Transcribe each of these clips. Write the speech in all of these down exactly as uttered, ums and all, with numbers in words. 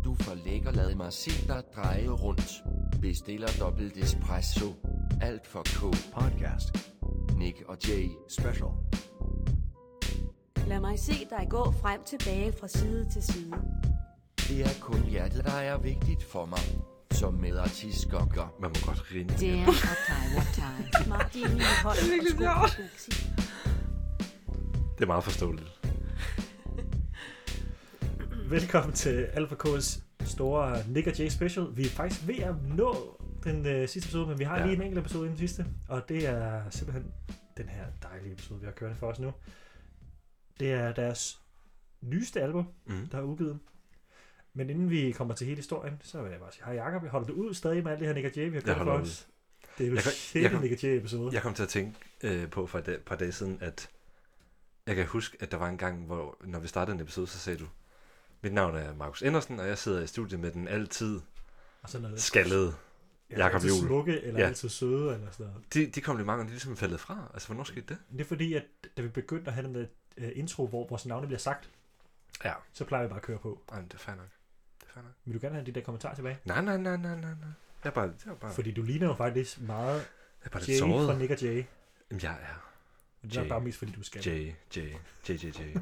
du for lækker, lad mig se dig dreje rundt. Bestiller dobbelt espresso, alt for K. Podcast. Nick og Jay Special. Lad mig se dig gå frem tilbage fra side til side. Det er kun hjertet, der er vigtigt for mig. Som med artistgokker. Man må godt grine. Damn, what time, what time. Smart, de er lige hold og sko på buksi. Det er meget forståeligt. Velkommen til Alpha K's store Nick og Jay Special. Vi er faktisk ved at nå den øh, sidste episode, men vi har ja. lige en enkelt episode inden sidste. Og det er simpelthen den her dejlige episode, vi har kørt for os nu. Det er deres nyeste album, mm. der er udgivet. Men inden vi kommer til hele historien, så vil jeg bare sige, hej Jacob, jeg holder det ud stadig med alt det her Nick og Jay, vi har kørt for os. Det er jo sjette Nick og Jay episode. Jeg kom til at tænke øh, på for et par dage siden, at jeg kan huske, at der var en gang, hvor når vi startede en episode, så sagde du, mit navn er Markus Andersen, og jeg sidder i studiet med den altid skaldede ja, Jacob Juhl. Altid smukke, eller ja. altid søde, eller sådan noget. De, de komplimenter, de er ligesom faldet fra. Altså, hvornår skete det? Det er fordi, at da vi begyndte at have den der uh, intro, hvor vores navne bliver sagt, ja. så plejer vi bare at køre på. Ej, det er fair nok. Det er fair nok. Vil du gerne have de der kommentarer tilbage? Nej, nej, nej, nej, nej, nej. Jeg er bare, jeg er bare... Fordi du ligner jo faktisk meget jeg er bare Jay fra Nick og Jay. Jamen, jeg er... Det er bare mest fordi, du skal. Jay, Jay, Jay, Jay, Jay.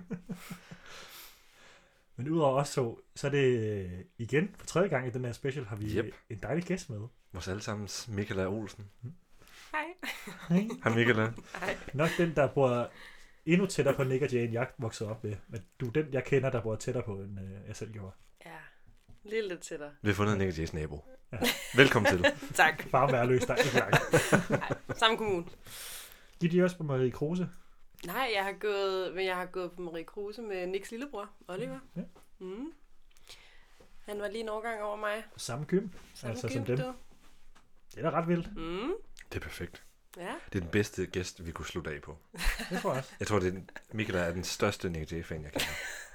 Men udover os to, så er det igen for tredje gang i den her special, har vi yep. en dejlig gæst med. Vores allesammens Michaela Olsen. Hej. Hej. Hej Michaela. Hej. Nok den, der bor endnu tættere på Nick og Jay, end jeg voksede op med. Men du er den, jeg kender, der bor tættere på, end øh, jeg selv gjorde. Ja, lidt lidt tættere. Vi har fundet Nick og Jays nabo. Ja. Velkommen til. Tak. Bare værløs, der er ikke langt. Nej, samme kommune. Gik de også på Marie Kruse? Nej, jeg har gået, men jeg har gået på Marie Kruse med Nicks lillebror, Oliver. Ja. Mm. Han var lige en årgang over mig. Samme gym, Samme altså gym, som dem. Du. Det er da ret vildt. Mm. Det er perfekt. Ja. Det er den bedste gæst, vi kunne slutte af på. Det tror jeg også. Jeg tror, det er den, Michaela er den største Nick og Jay-fan, jeg kender.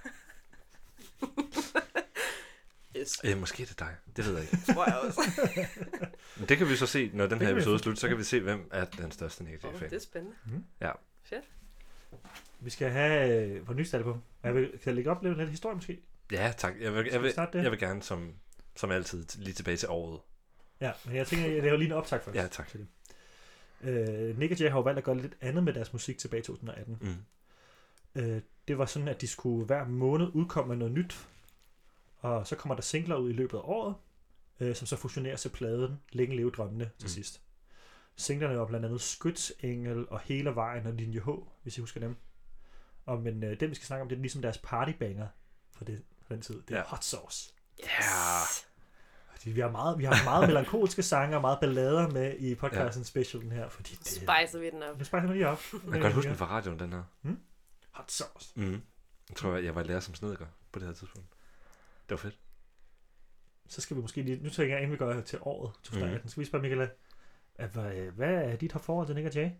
Yes. Ja, måske er det dig. Det ved jeg ikke. Det tror jeg også. Men det kan vi så se, når den her episode er slut, så kan vi se, hvem er den største Nick og Jay-fan. Oh, det er spændende. Mm. Ja. Fedt. Vi skal have på nyeste album. Jeg vil, kan jeg lægge op lidt historie måske? Ja, tak. Jeg vil, jeg vil, jeg vil gerne, som, som altid, lige tilbage til året. Ja, men jeg tænker, jeg laver lige en optag først. Ja, tak. Uh, Nick og Jay har jo valgt at gøre lidt andet med deres musik tilbage i to tusind og atten. Mm. Uh, det var sådan, at de skulle hver måned udkomme med noget nyt. Og så kommer der singler ud i løbet af året, uh, som så fusionerer til pladen Længe leve drømmene til mm. sidst. Singlerne var blandt andet Skytsengel og Hele vejen og Linje H, hvis I husker dem. Og men uh, dem vi skal snakke om, det er ligesom deres partybanger fra, det, fra den tid. Det er ja. Hot Sauce. Ja. Yes. Vi har meget, vi har meget melankolske sange og meget ballader med i podcasten ja. Specialen her, fordi det spicer vi den op. Det spicer vi lige op. Jeg kan godt huske den fra radioen, den her. Hmm? Hot Sauce. Mm. Jeg tror, jeg var lærer som snedker på det her tidspunkt. Det var fedt. Så skal vi måske lige, nu tænker jeg, inden vi går til året to tusind og atten, mm. skal vi spørge Michaela, hvad, hvad er dit her forhold til Nick og Jay?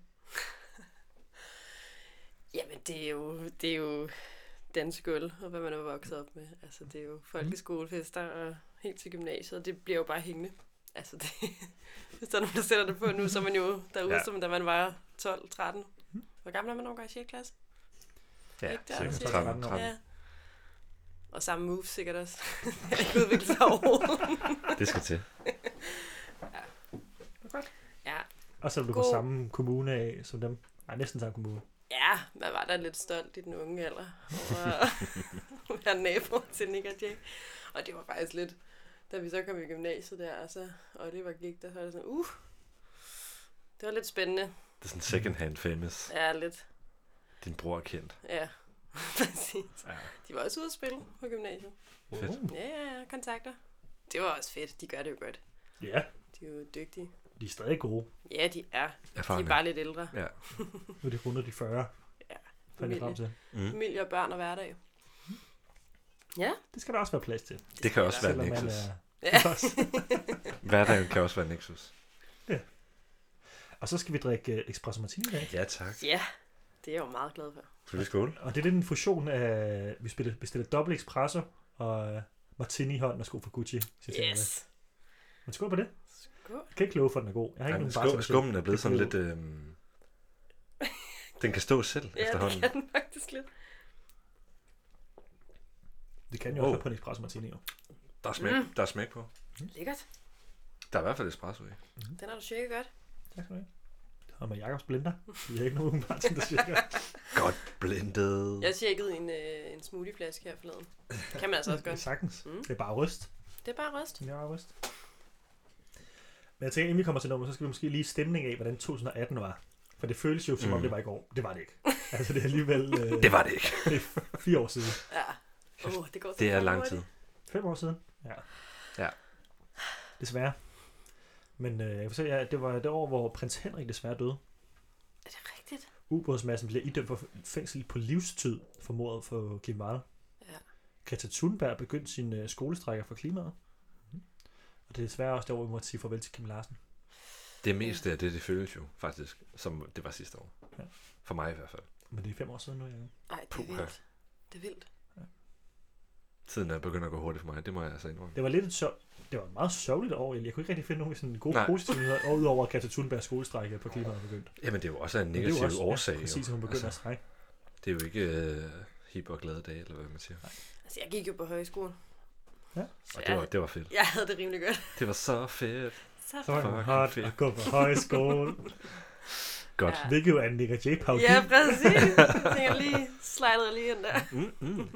Jamen, det er jo, det er jo dansegulv, og hvad man er vokset op med. Altså, det er jo folkeskolefester og helt til gymnasiet, og det bliver jo bare hængende. Altså, det, hvis der er nogen, der sætter det på nu, så er man jo derude, ja. som da man var tolv tretten. Hvor gammel er man nogle gange i sjette klasse? Ja, der, tretten, tretten. Ja. Og samme move sikkert også. Jeg har ikke udviklet sig overhovedet. Det skal til. Ja. Ja. Og så er du på samme kommune af, som dem. Nej, næsten samme kommune. Ja, man var da lidt stolt i den unge alder over at være nabo til Nick og Jay. Og det var faktisk lidt, da vi så kom i gymnasiet der, altså, og det var gik der, så var det sådan, uh, det var lidt spændende. Det er sådan second hand famous. Ja, lidt. Din bror er kendt. Ja, præcis. Ja. De var også ude at spille på gymnasiet. Fedt. Ja, ja, ja, kontakter. Det var også fedt, de gør det jo godt. Ja. De er jo dygtige. De er stadig gode. Ja, de er. Erfarne. De er bare lidt ældre. Ja. Nu er de rundet de fyrre. Ja. Familie. Frem til. Mm. Familie og børn og hverdag. Ja. Det skal der også være plads til. Det, det kan også være Nexus. Er... Ja. Hverdagen kan også være Nexus. Ja. Og så skal vi drikke uh, Espresso Martini i dag. Ja, tak. Ja, det er jeg jo meget glad for. Så vi skål. Og det er den fusion af, vi bestiller, bestiller dobbelt espresso og uh, Martini i hånden og sko for Gucci. Yes. Men skål på det. Skål. Jeg kan ikke love for, at den er god. Jeg har ikke Ej, nogen skummen er blevet sådan lidt... Øhm... Den kan stå selv ja, efterhånden. Ja, det kan den faktisk lidt. Det kan jo oh. også være på en espresso martini, jo. Der er smæk, mm. der er smæk på. Lækkert. Der er i hvert fald espresso i. Mm-hmm. Den har du shaket godt. Tak skal du have. Og med Jacobs blender. Vi er ikke nogen bartender, der shaker. Godt blendet. Jeg shakede en, øh, en smoothieflaske her forleden. Kan man altså også Det er godt. sagtens. Mm. Det er bare ryst. Det er bare røst. Det er bare ryst. Men jeg tænker, inden vi kommer til nummer, så skal vi måske lige stemning af, hvordan to tusind atten var. For det føles jo, som om Mm. det var i går. Det var det ikke. Altså, det er alligevel... Øh, Det var det ikke. det er fire år siden. Ja. Oh, det går så Det er fandme lang hurtigt. tid. Fem år siden? Ja. Ja. Desværre. Men øh, jeg kan se, ja, det var det år, hvor prins Henrik desværre døde. Er det rigtigt? Ubådsmassen bliver idømt for fængsel på livstid for mordet for Kim Wall. Ja. Greta Thunberg begyndte sin øh, skolestrækker for klimaet. Mm. Og det er desværre også det år, vi måtte sige farvel til Kim Larsen. Det meste af det, det føles jo faktisk, som det var sidste år. Ja. For mig i hvert fald. Men det er fem år siden nu, ja. Ej, det er Puha. vildt. Det er vildt. Tiden er begyndt at gå hurtigt for mig, det må jeg altså indrømme. Det var lidt et sjov... Det var et meget sørgeligt år, egentlig. Jeg kunne ikke rigtig finde nogen sådan gode Nej. positive nyheder, udover at Greta Thunbergs skolestrække på klimaet er begyndt. Jamen det er jo også en Men det er negativ jo også, årsag. Ja, præcis, jo. at hun begynder altså, at strække. det er jo ikke øh, hip og glade dage, eller hvad man siger. Altså, jeg gik jo på højskole. Ja. Så Og det var, jeg, det var fedt. jeg havde det rimelig godt. Det var så fedt. Så Så var det Fucking hot fedt. at gå på højskole. Godt. Ja. Hvilket jo er en Nick J. Paul. Ja, præcis. Jeg tænker lige, slidede lige ind der. Mm, mm.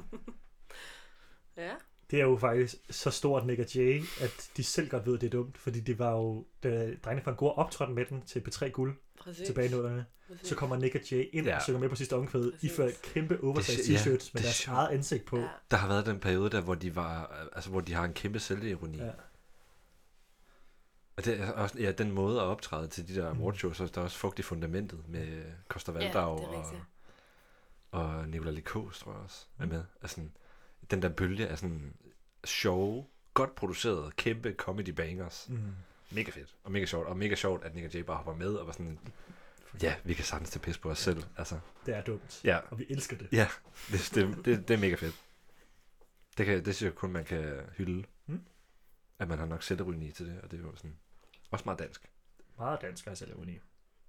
Ja. Det er jo faktisk så stort Nick og Jay, at de selv godt ved, at det er dumt. Fordi det var jo, da drengene fra en god optrådte med den til P tre Guld Præcis. tilbage i nullerne. Præcis. Så kommer Nick og Jay ind Ja. og synger med på sidste omkvæde. Præcis. I fører kæmpe oversized Det er- ja, t-shirts med det er deres sjovt. eget ansigt på. Ja. Der har været den periode der, hvor de var, altså hvor de har en kæmpe selvironi. Ja. Og det er også, ja, den måde at optræde til de der Mm. awardshows, så der er også fugt i fundamentet med Koster Ja, Valdau det er og, rigtigt. og Nicolai Likos, tror jeg også, er med. Altså, den der bølge af sådan sjove, godt produceret, kæmpe comedy bangers. Mm. Mega fedt, og mega sjovt, og mega sjovt, at Nick og Jay bare hopper med, og var sådan, ja, vi kan sagtens tage pis på os selv, altså. Det er dumt. Ja, Og vi elsker det. ja, det, det, det, det er mega fedt. Det, kan, det synes jeg kun, man kan hylde. Mm. At man har nok selvironi til det, og det er jo sådan, også meget dansk. Meget dansk er selv uni.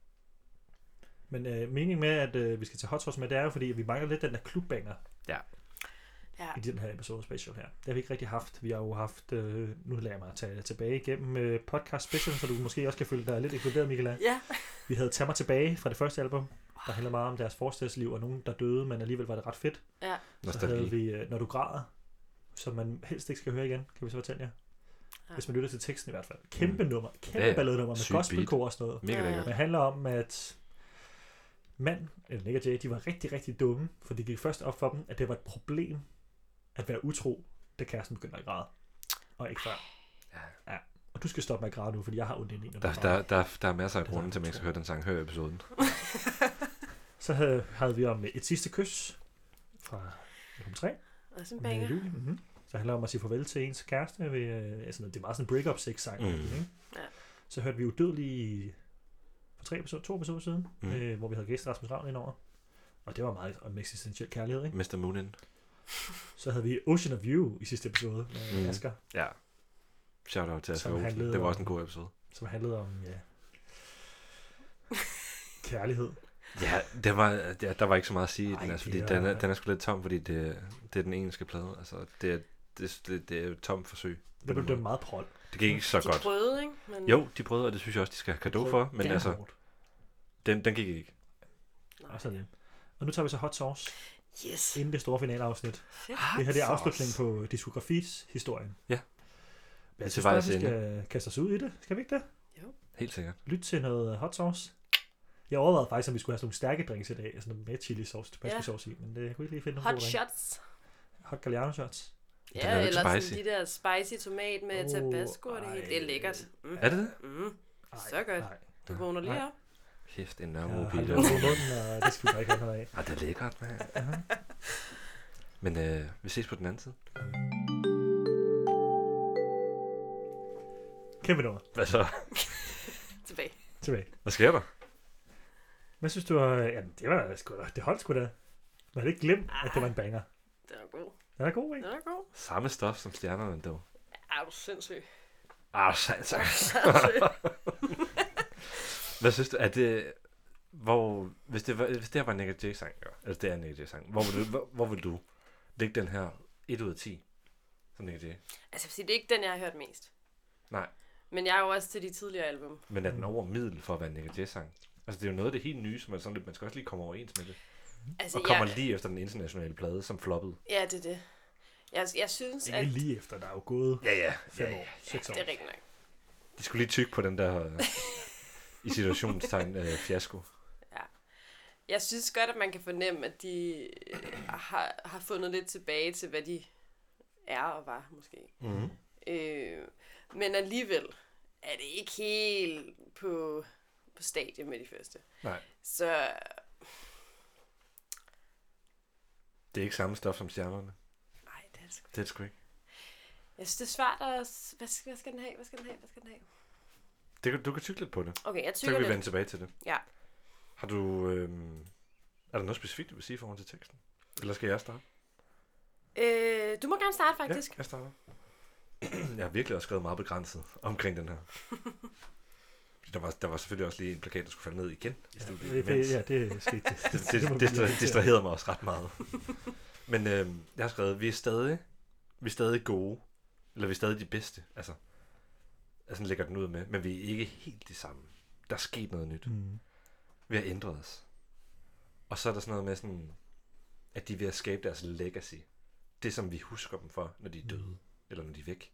Men øh, meningen med, at øh, vi skal til Hot Sauce med, det er jo, fordi vi mangler lidt den der klubbanger Ja. i den her episode special her. Det har vi ikke rigtig haft. Vi har jo haft, øh, nu lader jeg mig tage tilbage igennem øh, podcast special, så du måske også kan føle dig lidt inkluderet, Michaela. Ja. Vi havde Tag mig tilbage fra det første album, der handler meget om deres forstadsliv og nogen, der døde, men alligevel var det ret fedt. Ja. Så Nostalgi. havde vi øh, Når du græder, som man helst ikke skal høre igen, kan vi så fortælle jer. Ja. Hvis man lytter til teksten i hvert fald. Kæmpe Mm. nummer, kæmpe Ja, ja. balladnummer med Sygt gospelkor og sådan noget. Mega Ja. lækkert. Det handler om, at mand, eller Nick og Jay, de var rigtig, rigtig dumme, for det gik først op for dem, at det var et problem at være utro, da kæresten begyndte at græde. Og ikke før. Ja. Ja. Og du skal stoppe med at græde nu, fordi jeg har ondt ind i, når Der, du der, græder. der, der er masser af Det er grunde til, at man ikke så- skal høre den sang. Hør episoden. Så havde, havde vi om et sidste kys fra album tre. Og sådan en Med banger. Julie. Mm-hmm. Så handler det om at sige farvel til ens kæreste. Ved, øh, altså, det er meget sådan en break-up sex sang. Mm. Ikke? Ja. Så hørte vi Udødelige for tre episoder, to episoder siden, Mm. mm. øh, hvor vi havde gæst Rasmus Ravn indover. Og det var meget om eksistentiel kærlighed, ikke? mister Moonin. Så havde vi Ocean of You i sidste episode med Mm. mm. Asger, Ja. Shout out til Asger Som Olsen. handlede Det var om- også en god episode. som handlede om ja, kærlighed. Ja, det var, ja, der var ikke så meget at sige i Ej, den, altså, det fordi er- den er, den er sgu lidt tom, fordi det, det er den engelske plade. Altså, det, er, det, det, det er jo et tomt forsøg. Det blev det meget prol. Det gik ikke så De godt. prøvede, ikke? Men... Jo, de prøvede, og det synes jeg også, de skal have cadeau for, men Det er altså, hårdt. den, den gik ikke. Nej. Og, så det. Og nu tager vi så Hot Sauce, Yes. inden det store finaleafsnit. Fedt. Det her det er Sauce. afslutningen på diskografis historien. Ja. Men jeg Til synes bare, vejs vi ende. skal kaste os ud i det. Skal vi ikke det? Helt sikkert. Lyt til noget Hot Sauce. Jeg overvejede faktisk, om vi skulle have sådan nogle stærke drinks i dag. Altså noget med chili sauce, tabasco Ja. sauce i. Men det jeg kunne ikke lige finde nogle Hot gode drink. shots. Hot Galliano shots. Den er Ja, jo ikke eller spicy. sådan de der spicy tomat med Oh, tabasco og det hele. Det er ej. lækkert. Mm. Er det det? Mm. Ej, Så godt. Nej. Du vågner lige Nej. op. Kæft, en Jeg har nærmobil. noget i munden, og det skal vi da ikke have noget af. Ah, det er lækkert, man. Aha. Men øh, vi ses på den anden side. Kæmpe nummer. Hvad så? Tilbage. Tilbage. Hvad sker der? Hvad synes du? Øh, jamen, det var da sgu da. Det holdt sgu da. Man havde ikke glemt, at det var en banger. Den er god. Den er god, ikke? Den er god. Samme stof som stjernerne, dog. Er du sindssyg? Ah, sandt. Sindssyg. Hvad synes du, er det... Hvor, hvis det, var, hvis det her var en Nick Jay sang, ja, altså det er en Nick Jay sang, hvor vil du, hvor, hvor vil du lægge den her et ud af ti? Som Nick Jay. Altså, fordi det er ikke den, jeg har hørt mest. Nej. Men jeg er jo også til de tidligere album. Men er den over middel for at være en Nick Jay-sang? Altså, det er jo noget af det helt nye, som er sådan lidt, man skal også lige komme overens med det. Altså, og kommer jeg... lige efter den internationale plade, som floppede. Ja, det er det. Jeg, jeg synes, Ikke at... lige efter, der er jo gået Ja, ja. fem ja, ja. år, seks år. Det er rigtigt nok. De skulle lige tykke på den der, i situationstegn, øh, fiasko. Ja. Jeg synes godt, at man kan fornemme, at de øh, har, har fundet lidt tilbage til, hvad de er og var, måske. Mm-hmm. Øh, men alligevel er det ikke helt på, på stadie med de første. Nej. Så... Det er ikke samme stof som stjernerne. Nej, det er det sgu Det er det sgu ikke. Jeg synes, det er svært at... Hvad skal, hvad skal den have? Hvad skal den have? Hvad skal den have? Det kan, du kan tykke lidt på det. Okay, jeg Så tykker kan vi lidt. vende tilbage til det. Ja. Har du... Øhm, er der noget specifikt, du vil sige i forhold til teksten? Eller skal jeg starte? Øh, du må gerne starte, faktisk. Ja, jeg starter. Jeg har virkelig også skrevet meget begrænset omkring den her. Der var, der var selvfølgelig også lige en plakat, der skulle falde ned igen i studiet. Ja, det, ja, det skete. det, det, det, det, det distraherede mig også ret meget. Men øh, jeg har skrevet, vi er stadig, vi er stadig gode, eller vi er stadig de bedste. Altså, altså lægger den ud med, men vi er ikke helt de samme. Der er sket noget nyt. Mm. Vi har ændret os. Og så er der sådan noget med sådan, at de er ved at skabe deres legacy. Det, som vi husker dem for, når de er døde, mm. eller når de er væk.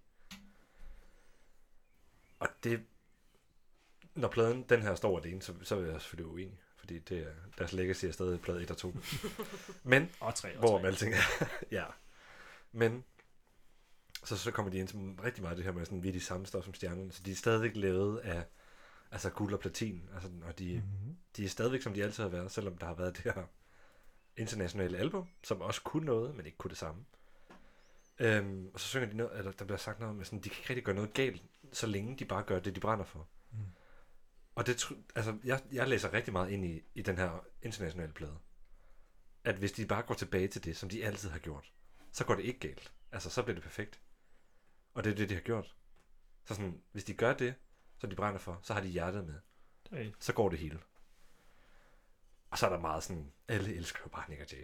Og det, når pladen, den her står alene, så, så er jeg selvfølgelig uenig. Fordi det er, deres legacy er stadig plade et og to. Men, og tre, og hvor tre. alting er. Ja. Men, så, så kommer de ind til rigtig meget det her med, sådan, vi er de samme stof som stjernerne. Så de er stadigvæk lavet af altså guld og platin. Altså, og de, mm-hmm. de er stadigvæk, som de altid har været, selvom der har været det her internationale album, som også kunne noget, men ikke kunne det samme. Øhm, og så synger de noget, eller der bliver sagt noget med sådan, de kan ikke rigtig gøre noget galt, så længe de bare gør det, de brænder for. Mm. Og det, altså, jeg, jeg læser rigtig meget ind i, i den her internationale plade. At hvis de bare går tilbage til det, som de altid har gjort, så går det ikke galt. Altså, så bliver det perfekt. Og det er det, de har gjort. Så sådan, hvis de gør det, som de brænder for, så har de hjertet med. Okay. Så går det hele. Og så er der meget sådan, alle elsker jo bare Nick og Jay.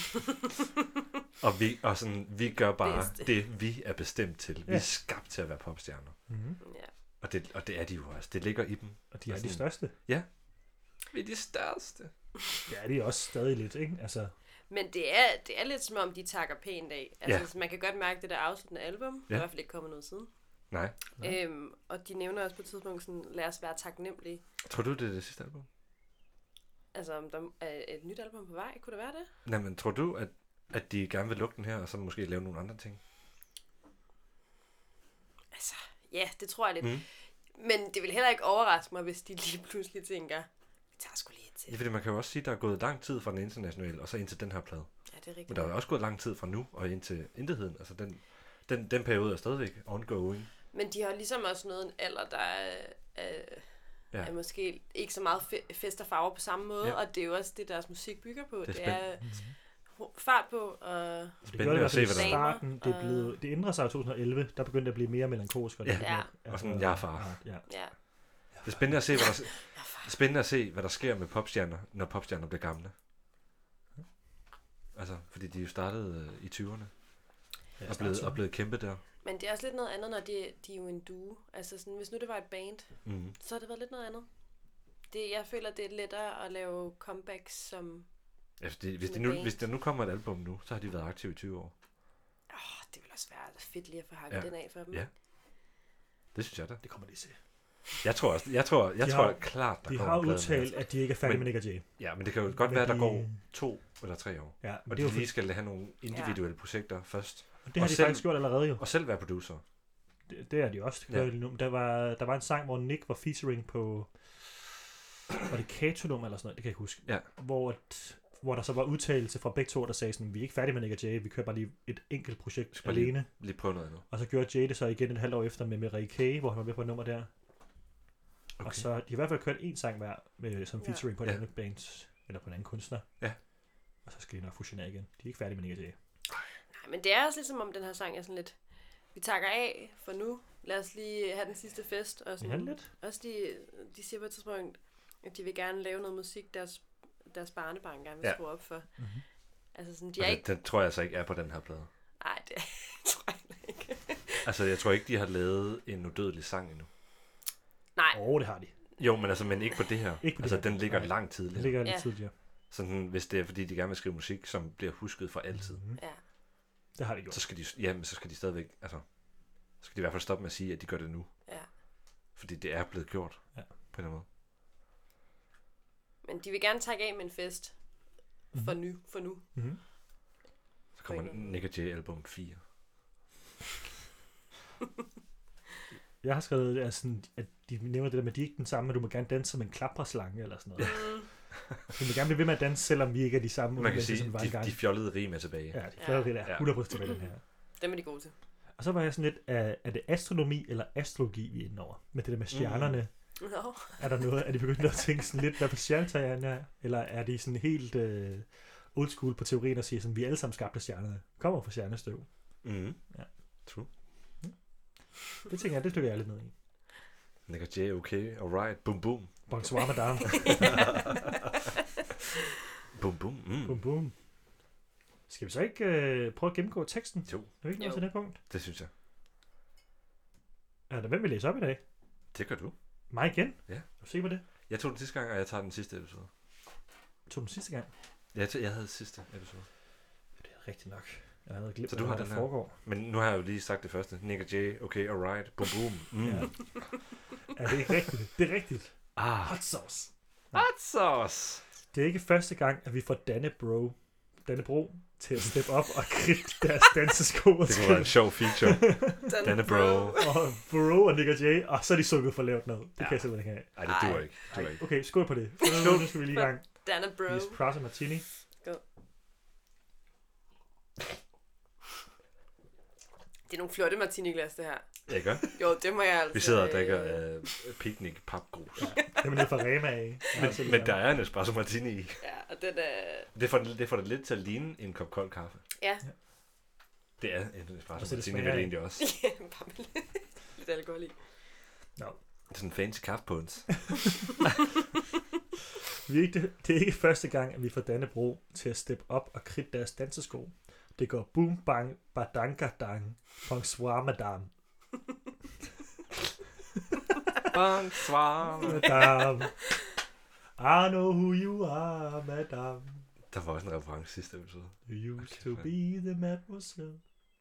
og vi, og sådan, vi gør bare Bedste. det, vi er bestemt til. Vi Ja. er skabt til at være popstjerner. Mm-hmm. Ja. Og det, og det er de jo også. Det ligger i dem. Og de er Og de sådan- største. Ja. Vi er de største. Ja, de er også stadig lidt, ikke? Altså, Men det er, det er lidt som om, de takker pænt af. Altså, Ja. så man kan godt mærke det der afsluttende album. Ja. Det er Ja. i hvert fald ikke kommet noget siden. Nej. Ja. Øhm, og de nævner også på et tidspunkt sådan, lad os være taknemmelige. Tror du, det er det sidste album? Altså, om der er et nyt album på vej, kunne det være det? Nej, men tror du, at, at de gerne vil lukke den her, og så måske lave nogle andre ting? Altså, ja, det tror jeg lidt. Mm. Men det vil heller ikke overraske mig, hvis de lige pludselig tænker, vi tager sgu lige et til. Ja, fordi man kan jo også sige, at der er gået lang tid fra den internationale, og så ind til den her plade. Ja, det er rigtigt. Men der er jo også gået lang tid fra nu, og ind til intetheden. Altså, den, den, den periode er stadigvæk ongoing. Men de har ligesom også noget en alder, der er, er, Ja. er måske ikke så meget fe- fest og farver på samme måde, Ja. og det er jo også det, deres musik bygger på. Det er Det er, Mhm. ho- fart på, og det Spændende gjorde det i at se, hvert fald hvad i der er. starten. Det, er Og- blevet, det ændrede sig i to tusind og elleve. Der begyndte det at blive mere melankolsk. Og Ja. lidt Ja. mere- Og sådan, jeg er far. Ja. ja. Det er spændende at se, hvad der, Ja, far. spændende at se, hvad der sker med popstjerner, når popstjerner bliver gamle. Altså, fordi de er jo startet øh, i tyverne, Ja, og, blevet, snart og blevet kæmpe der. Men det er også lidt noget andet, når de, de er jo en duo. Altså sådan, hvis nu det var et band, Mm. så har det været lidt noget andet. Det, jeg føler, det er lettere at lave comebacks som... Ja, fordi, hvis, de Som nu, band. hvis der nu kommer et album nu, så har de været aktive i tyve år. Åh, det vil også være fedt lige at få hakket Ja. den af for dem. Ja. Det synes jeg da. Det kommer de til. Jeg tror også, jeg tror, jeg De tror har- klart, der De kommer har en plade udtalt, mere. at de ikke er færdige Men- med Nick og Jay. Ja, men det kan jo godt Men være, der de- går to eller tre år. Ja, Og men det, de er jo, lige skal have nogle individuelle projekter først. og det har og de selv- faktisk gjort allerede jo. Og selv være producer. Det, det er de også. Ja. Ja. Der, var, der var en sang, hvor Nick var featuring på... Var det Katolum eller sådan noget? Det kan jeg ikke huske. Ja. Hvor, et, hvor der så var udtalelse fra begge to, der sagde sådan, vi er ikke færdige med Nick og Jay, vi kører bare lige et enkelt projekt Skal bare lige- alene. Lige prøve noget andet. Og så gjorde Jay det så igen et halvt år efter med Mary Kay, hvor han var med på et nummer der. Okay. Og så de har i hvert fald kørt en sang hver med, som featuring på et Ja. andet band, eller på en anden kunstner. Ja. Og så skal de nok fusionere igen. De er ikke færdige med Nick og Jay. Nej, men det er også lidt som om den her sang er sådan lidt... Vi takker af for nu. Lad os lige have den sidste fest. Og sådan, Ja, lidt. Også de, de siger på et tidspunkt, at de vil gerne lave noget musik, deres, deres barnebarn gerne vil Ja. skrue op for. Mm-hmm. Altså sådan, de Og er det, ikke... den tror jeg altså ikke er på den her plade. Nej, det tror jeg ikke. Altså, jeg tror ikke, de har lavet en udødelig sang endnu. Nej. Åh, oh, det har de. Jo, men altså, men ikke på det her. Ikke på altså, det her. den ligger Nej. langt tidligere. Den ligger lidt Ja. tidligere. Sådan, hvis det er, fordi de gerne vil skrive musik, som bliver husket for altid. Mm-hmm. Ja. Det har de gjort. Så skal de, jamen, så skal de stadigvæk, altså, så skal de i hvert fald stoppe med at sige, at de gør det nu. Ja. Fordi det er blevet gjort. Ja. På en eller anden måde. Men de vil gerne takke af med en fest. For nu. For nu. Mm-hmm. Så kommer Nick og Jay album fire. Jeg har skrevet, at, sådan, at de nævner det der med, at de ikke er den samme, men du må gerne danse som en klapperslange eller sådan noget. Mm. Du må gerne blive ved med at danse, selvom vi ikke er de samme. Man kan som sige, var de, engang. de fjollede rim er tilbage. Ja, de fjollede Ja. rim er hundrede procent tilbage den her. Dem er de gode til. Og så var jeg sådan lidt, er, er det astronomi eller astrologi, vi er inde over? Med det der med stjernerne. Nå. Er der noget, er de begyndt at tænke sådan lidt, hvad for stjernetegn er? Eller er de sådan helt øh, old school på teorien og siger sådan, vi er alle sammen skabte stjernerne. Kommer fra stjernestøv. Mm. Ja. True. Det tænker jeg, det stykker jeg lidt ned i. Nick og Jay, okay, alright, boom boom. Bonsoir, madame. Boom boom. Mm. Boom, boom. Skal vi så ikke øh, prøve at gennemgå teksten? Jo. Er vi ikke nået Jo. til det punkt? Det synes jeg. Er der hvem vil læse op i dag? Det gør du. Mig igen? Ja. Er du sikker på det? Jeg tog den sidste gang, og jeg tager den sidste episode. Tog den sidste gang? Jeg, tog, jeg havde sidste episode. Det er rigtigt nok. Jeg havde glemt, Så du hvad har der den her? foregår. Men nu har jeg jo lige sagt det første. Nick og Jay, okay, alright, boom boom. Mm. Ja. Er det ikke rigtigt? Det er rigtigt. Ah, Hot sauce. hot sauce. Det er ikke første gang, at vi får Dannebro, Dannebro til at steppe op og kridte deres dansesko. Det kunne være en sjov feature. Danne bro. Og Bro og Nick og Jay, og så er de sunket for lavt ned. Det Ja. kan jeg simpelthen ikke have. Nej, det duer ikke. Det duer ikke. Okay, skål på det. Skål. Nu skal vi lige i gang. Danne bro. Vi espresso martini. Det er nogle flotte martini-glas, det her. Jeg gør. Jo, det må jeg altså... Vi sidder og øh, drikker uh, picnic papgrus. Ja, det er nede fra Rema af. Men, men der er en espresso martini i. Ja, og den er... Det får, det får det lidt til at ligne en kop kold kaffe. Ja. Det er en Og så espresso det martini, smager vel af. egentlig også. Ja, bare med lidt, lidt alkohol i. No. Sådan en fancy kaffepuns. Vi er ikke, det, det er ikke første gang, at vi får Dannebro til at steppe op og kridte deres dansesko. Det går boom, bang, badanka, dang, bonsoir, madame. Bonsoir. Madame. I know who you are, madame. Der var også en reference sidste episode. You used Okay, to fint. be the mademoiselle.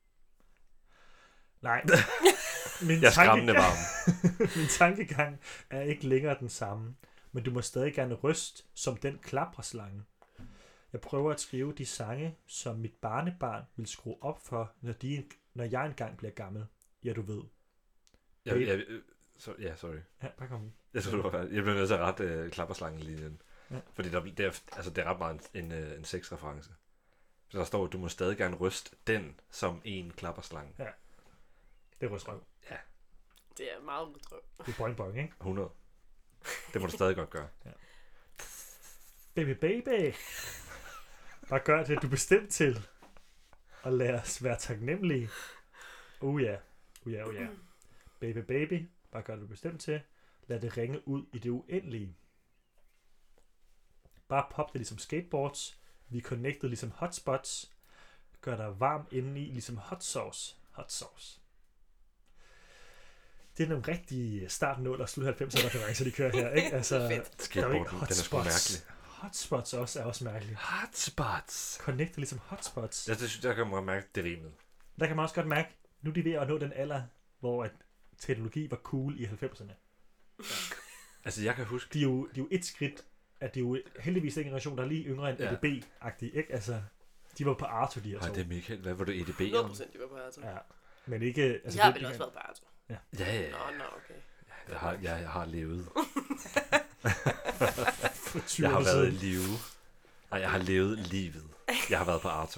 Nej. Min Jeg er skræmmende tankegang- varm. Min tankegang er ikke længere den samme, men du må stadig gerne ryste som den klapperslange. Jeg prøver at skrive de sange, som mit barnebarn vil skrue op for, når, de, når jeg engang bliver gammel. Ja, du ved. Jeg, jeg, øh, så, ja, sorry. Ja, bare kom. Jeg, tror, det var, jeg blev nødt til at rette øh, klapperslangen lige igen. Ja. Fordi der, det, er, altså, det er ret meget en, en, øh, en sexreference. Så der står, at du må stadig gerne ryste den som en klapperslange. Ja. Det er røstrøv. Det er meget udtryk. Det er boing boing, ikke? hundrede. Det må du stadig godt gøre. Baby, baby. Bare gør det, du er bestemt til. Og lad os være taknemmelige. Oh ja. Oh ja, oh ja. Baby, baby. Bare gør det, du er bestemt til. Lad det ringe ud i det uendelige. Bare pop det ligesom skateboards. Vi er connected ligesom hotspots. Gør dig varm indeni ligesom hot sauce. Hot sauce. Det er nogle rigtige start nul og slut halvfemser referencer, de kører her, ikke? Altså, der er jo ikke Skateboarden, den er sgu mærkelig. Hotspots også er også mærkeligt. Hotspots. Connected ligesom hotspots. Ja, det synes jeg, kan man mærke, det rimede. Der kan man også godt mærke, nu er de ved at nå den alder, hvor at teknologi var cool i halvfemserne. Altså, jeg kan huske... De er jo, de er jo et skridt, at det er jo heldigvis ikke en generation, der er lige yngre end Ja. E D B-agtig, ikke? Altså, de var på Arto, de her Ej, to. det er Michael. Hvad var du E D B hundrede om? procent, de var på Arto. Ja, men ikke... Altså, Altså, jeg har det- vel også været på Arto. Ja. Ja, ja, Nå, ja. nå, okay. Jeg har, jeg, jeg har levet. for tyve Jeg har år været i siden. live. Nej, jeg har levet livet. Jeg har været på Arto.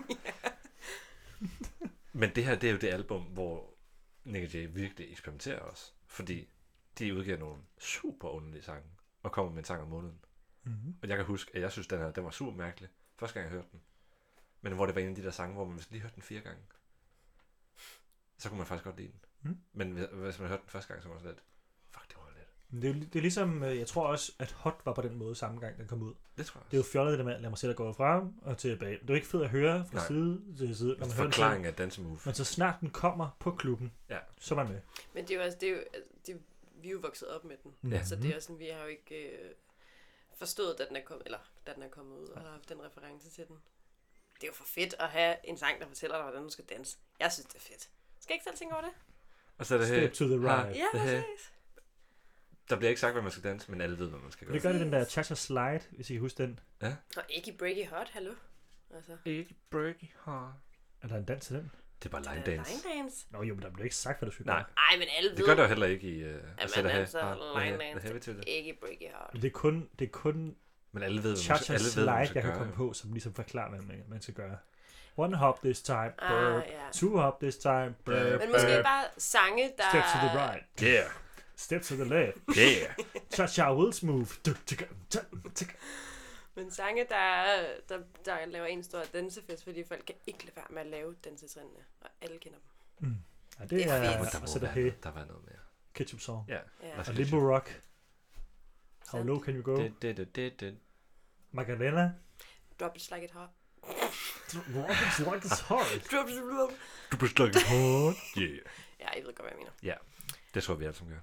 Men det her, det er jo det album, hvor Nick og Jay virkelig eksperimenterer også. Fordi de udgiver nogle super underlige sange, og kommer med en sang om måneden. Mm-hmm. Og jeg kan huske, at jeg synes, den her, den var super mærkelig. Første gang jeg hørte den. Men hvor det var en af de der sange, hvor man hvis lige hørte den fire gange, så kunne man faktisk godt lide den. Mm. Men hvis, hvis man hørte den første gang, så var det sådan lidt, fuck, det var lidt. Det er, det er ligesom, øh, jeg tror også, at Hot var på den måde samme gang, den kom ud. Det tror jeg. Det er jo fjollet det der med, at lad mig selv gå frem og tilbage. Det er jo ikke fedt at høre fra Nej. side til side. Når man hører Forklaring af dansemove. men så snart den kommer på klubben, Ja. så er man med. Men det er jo også, det er jo, altså, det, vi er jo vokset op med den. Ja. Så det er også sådan, vi har jo ikke øh, forstået, da den er kommet, eller da den er kommet ud, og har haft den reference til den. Det er jo for fedt at have en sang, der fortæller dig, hvordan du skal danse. Jeg synes, det er fedt. Skal jeg ikke selv tænke over det? Og så er det Step her. to the right. Ja, det her. præcis. Der bliver ikke sagt, hvad man skal danse, men alle ved, hvad man skal gøre. Det gør det den der Cha-Cha Slide, hvis I kan huske den. Og ikke i Breaky Hot, hallo? Altså, Ikke breaky heart. Er der en dans til den? Det er bare line øh, dance. line dance. Nå jo, men der bliver ikke sagt, hvad du skal Nej. gøre. Ej, men alle ved, Det gør der jo heller ikke i... Uh, at man danser line dance. det. Ikke i Breaky Hot. Men det er kun, det er kun Men alle ved, hvad man Cha-Cha skal, alle ved, Slide, hvad man jeg skal kan gøre. komme på, som ligesom forklarer, hvad man, man skal gøre. One hop this time, burp. Ah, ja. Two hop this time, burp. Men måske burp. bare sange, der... Step to the right. Yeah, Step to the left. yeah. Cha-cha Wills move. Men sange, der, der, der laver en stor dansefest, fordi folk kan ikke lade være med at lave dansetrinene, og alle kender dem. Mm. Ja, det Det er er, fedt. Men der og må så der være hey, noget, der var noget mere. ketchup song. Ja. Ja. Hvad Og skal Limbo Rock. How Sandt. low can you go? Det, det, det, det, det. Macarena. Drop it like it hot. Rock is rock is hard. Drop it like Du bliver slukket. Hard. Yeah. Ja, jeg ved godt, hvad jeg mener. Det tror vi alle som gør.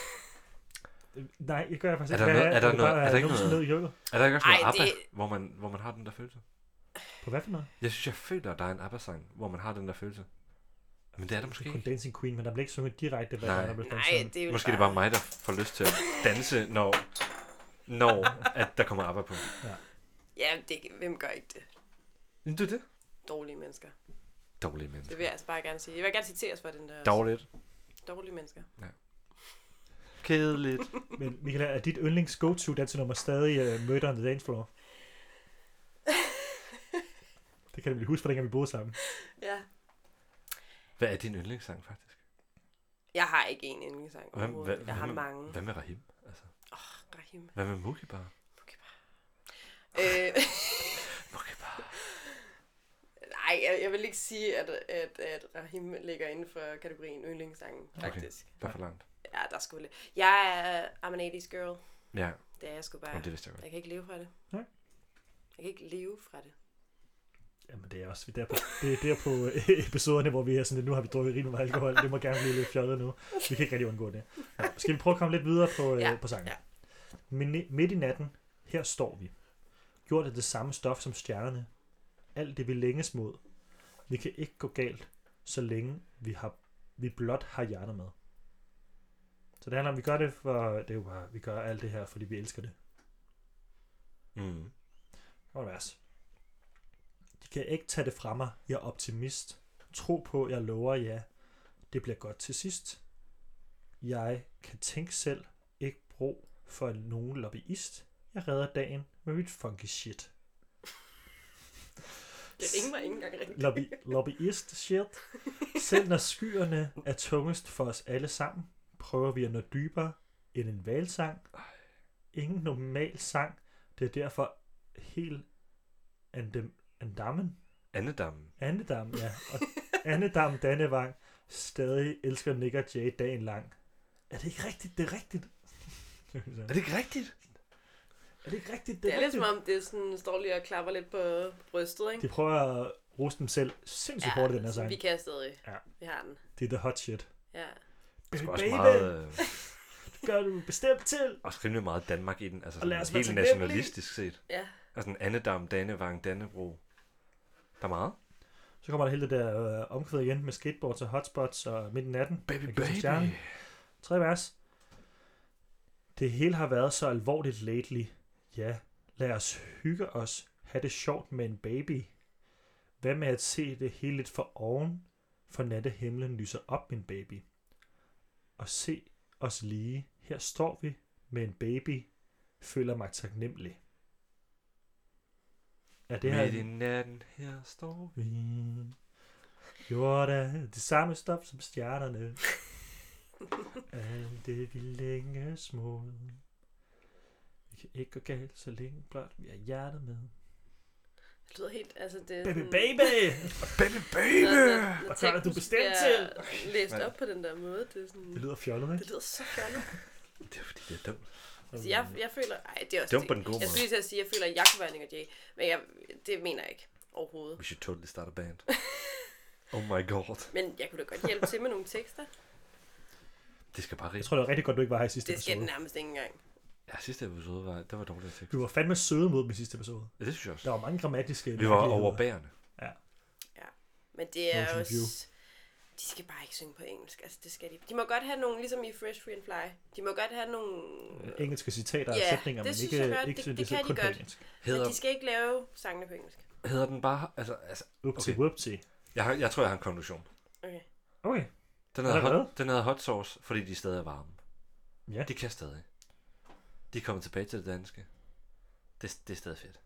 Nej, det gør jeg faktisk Er ikke. der noget- er der Jeg vil noget- bare er der ikke numse noget- ned i yoghurt. Er der ikke også Ej, noget ABBA, det- hvor, man, hvor man har den der følelse? På hvad for noget? Jeg synes, jeg føler, at der er en ABBA-sang, hvor man har den der følelse. Men det er der måske Det er kun ikke. Dancing Queen, men der bliver ikke sunget direkte, hvad Nej. der er, der bliver Nej, danset. det er jo Måske er det bare mig, der får lyst til at danse, når, når at der kommer ABBA på. Ja, det, hvem gør ikke det? Men det er det. Dårlige mennesker. Dårlige mennesker. Det vil jeg altså bare gerne sige. Jeg vil gerne citeres for den der... Dårligt. Dårlige mennesker. Kedeligt. Men Michael, er dit yndlings go-to dansenummer stadig uh, Murder on the Dance Floor? Det kan jeg nemlig huske, fra dengang vi boede sammen. Ja. Hvad er din yndlingssang, faktisk? Jeg har ikke en yndlingssang Hvad, overhovedet. hvad, Jeg har hvad, med, mange. hvad med Rahim? Altså, Rahim. hvad med Mukibar? Øh, Mukibar. nej, jeg, jeg vil ikke sige, at, at, at Rahim ligger inden for kategorien yndlingssangen, faktisk. Okay. Bare for langt. Ja, der skulle lidt. Jeg er I'm an eighties girl. Ja, Det er jeg sgu bare. og det vidste jeg godt. Jeg kan ikke leve fra det. Nej. Jeg kan ikke leve fra det. Jamen, det er også der på, det er der på øh, episoderne, hvor vi er sådan lidt, nu har vi drukket rimelig meget alkohol, det må gerne blive lidt fjollet nu. Vi kan ikke rigtig undgå det. Ja, skal vi prøve at komme lidt videre på, øh, Ja, på sangen? ja. Men, midt i natten, her står vi. Gjort af det samme stof som stjernerne. Alt det vi længes mod. Vi kan ikke gå galt, så længe vi, har, vi blot har hjerter med. Så det handler om, vi gør det for, det er jo bare, vi gør alt det her, fordi vi elsker det. Mm. Og det vers. De kan ikke tage det fra mig. Jeg er optimist. Tro på, jeg lover ja. Det bliver godt til sidst. Jeg kan tænke selv. Ikke brug for nogen lobbyist. Jeg redder dagen med mit funky shit. Det ringer mig ikke engang rigtigt. Lobby, lobbyist shit. Selv når skyerne er tungest for os alle sammen, prøver vi at nå dybere end en valsang. Ingen normal sang. Det er derfor helt andem, andammen. Andedammen. Andedam, ja. Og Andedam Dannevang stadig elsker Nick og Jay dagen lang. Er det ikke rigtigt? Det er rigtigt. Er det ikke rigtigt? Er det ikke rigtigt? Det er lidt rigtigt. som om, det er sådan, står lige og klapper lidt på brystet, ikke? De prøver at rose dem selv sindssygt ja, hurtigt, den her sang. vi kan stadig. Ja. Vi har den. Det er the hot shit. Ja. Det Baby, er også baby, meget, øh, det gør du bestemt til. også rimelig meget Danmark i den. Altså Og lad sådan os være helt taknemmelige. nationalistisk set. Ja. Altså en Annedam, Dannevang, Dannebro. Der er meget. Så kommer der hele det der øh, omkvæd igen med skateboards og hotspots og midt i natten. Baby, Jeg kan se stjernen. Tredje vers. Det hele har været så alvorligt lately. Ja, lad os hygge os. Ha' det sjovt med en baby. Hvad med at se det hele lidt for oven? For nattehimlen lyser op, min baby. Og se os lige. Her står vi med en baby. Føler mig taknemmelig. Er det her... Midt i natten, her står vi. vi gjort af det samme stof som stjernerne. Alt det vi længes mod. Vi kan ikke gå galt, så længe blot vi har hjertet med. Det lyder helt, altså det er Baby, sådan, baby! Baby, baby! Når, når, når Hvad gør du teksten bestemt bliver læst Men- op på den der måde, det er sådan... Det lyder fjollet, det ikke? lyder så fjollet. Det er fordi, det er dumt. Altså, jeg, jeg føler... Ej, det er også Dumt det. på den gode Jeg skulle lige til at sige, at jeg føler, at jeg kunne være Nick og Jay. Men jeg, det mener jeg ikke overhovedet. We should totally start a band. Oh my god. Men jeg kunne da godt hjælpe til med nogle tekster. Det skal bare Jeg rigtig. tror, det var rigtig godt, du ikke var her i sidste Det skal den episode. nærmest ikke engang. Ja, sidste episode var, der var dårligt tekst. Vi var fandme søde mod dem i sidste episode. Ja, det synes jeg også. Der var mange grammatiske... Vi var overbærende. Men det er Motion også... view. De skal bare ikke synge på engelsk. Altså, det skal de. De må godt have nogle, ligesom i Fresh Free and Fly. De må godt have nogle... Engelske citater og Ja, sætninger, det men synes ikke, jeg godt. ikke Det- synes, det det er kan de kun på godt. engelsk. Men Hedder, de skal ikke lave sangene på engelsk. hedder den bare... Altså, altså Upti, Okay. whoopty. jeg, har, jeg tror, jeg har en konklusion. Okay. Okay. Den Er hedder, der hvad? hot, den hedder hot sauce, fordi de stadig er varme. Ja. De kan stadig. De er kommet tilbage til det danske. Det, det er stadig fedt.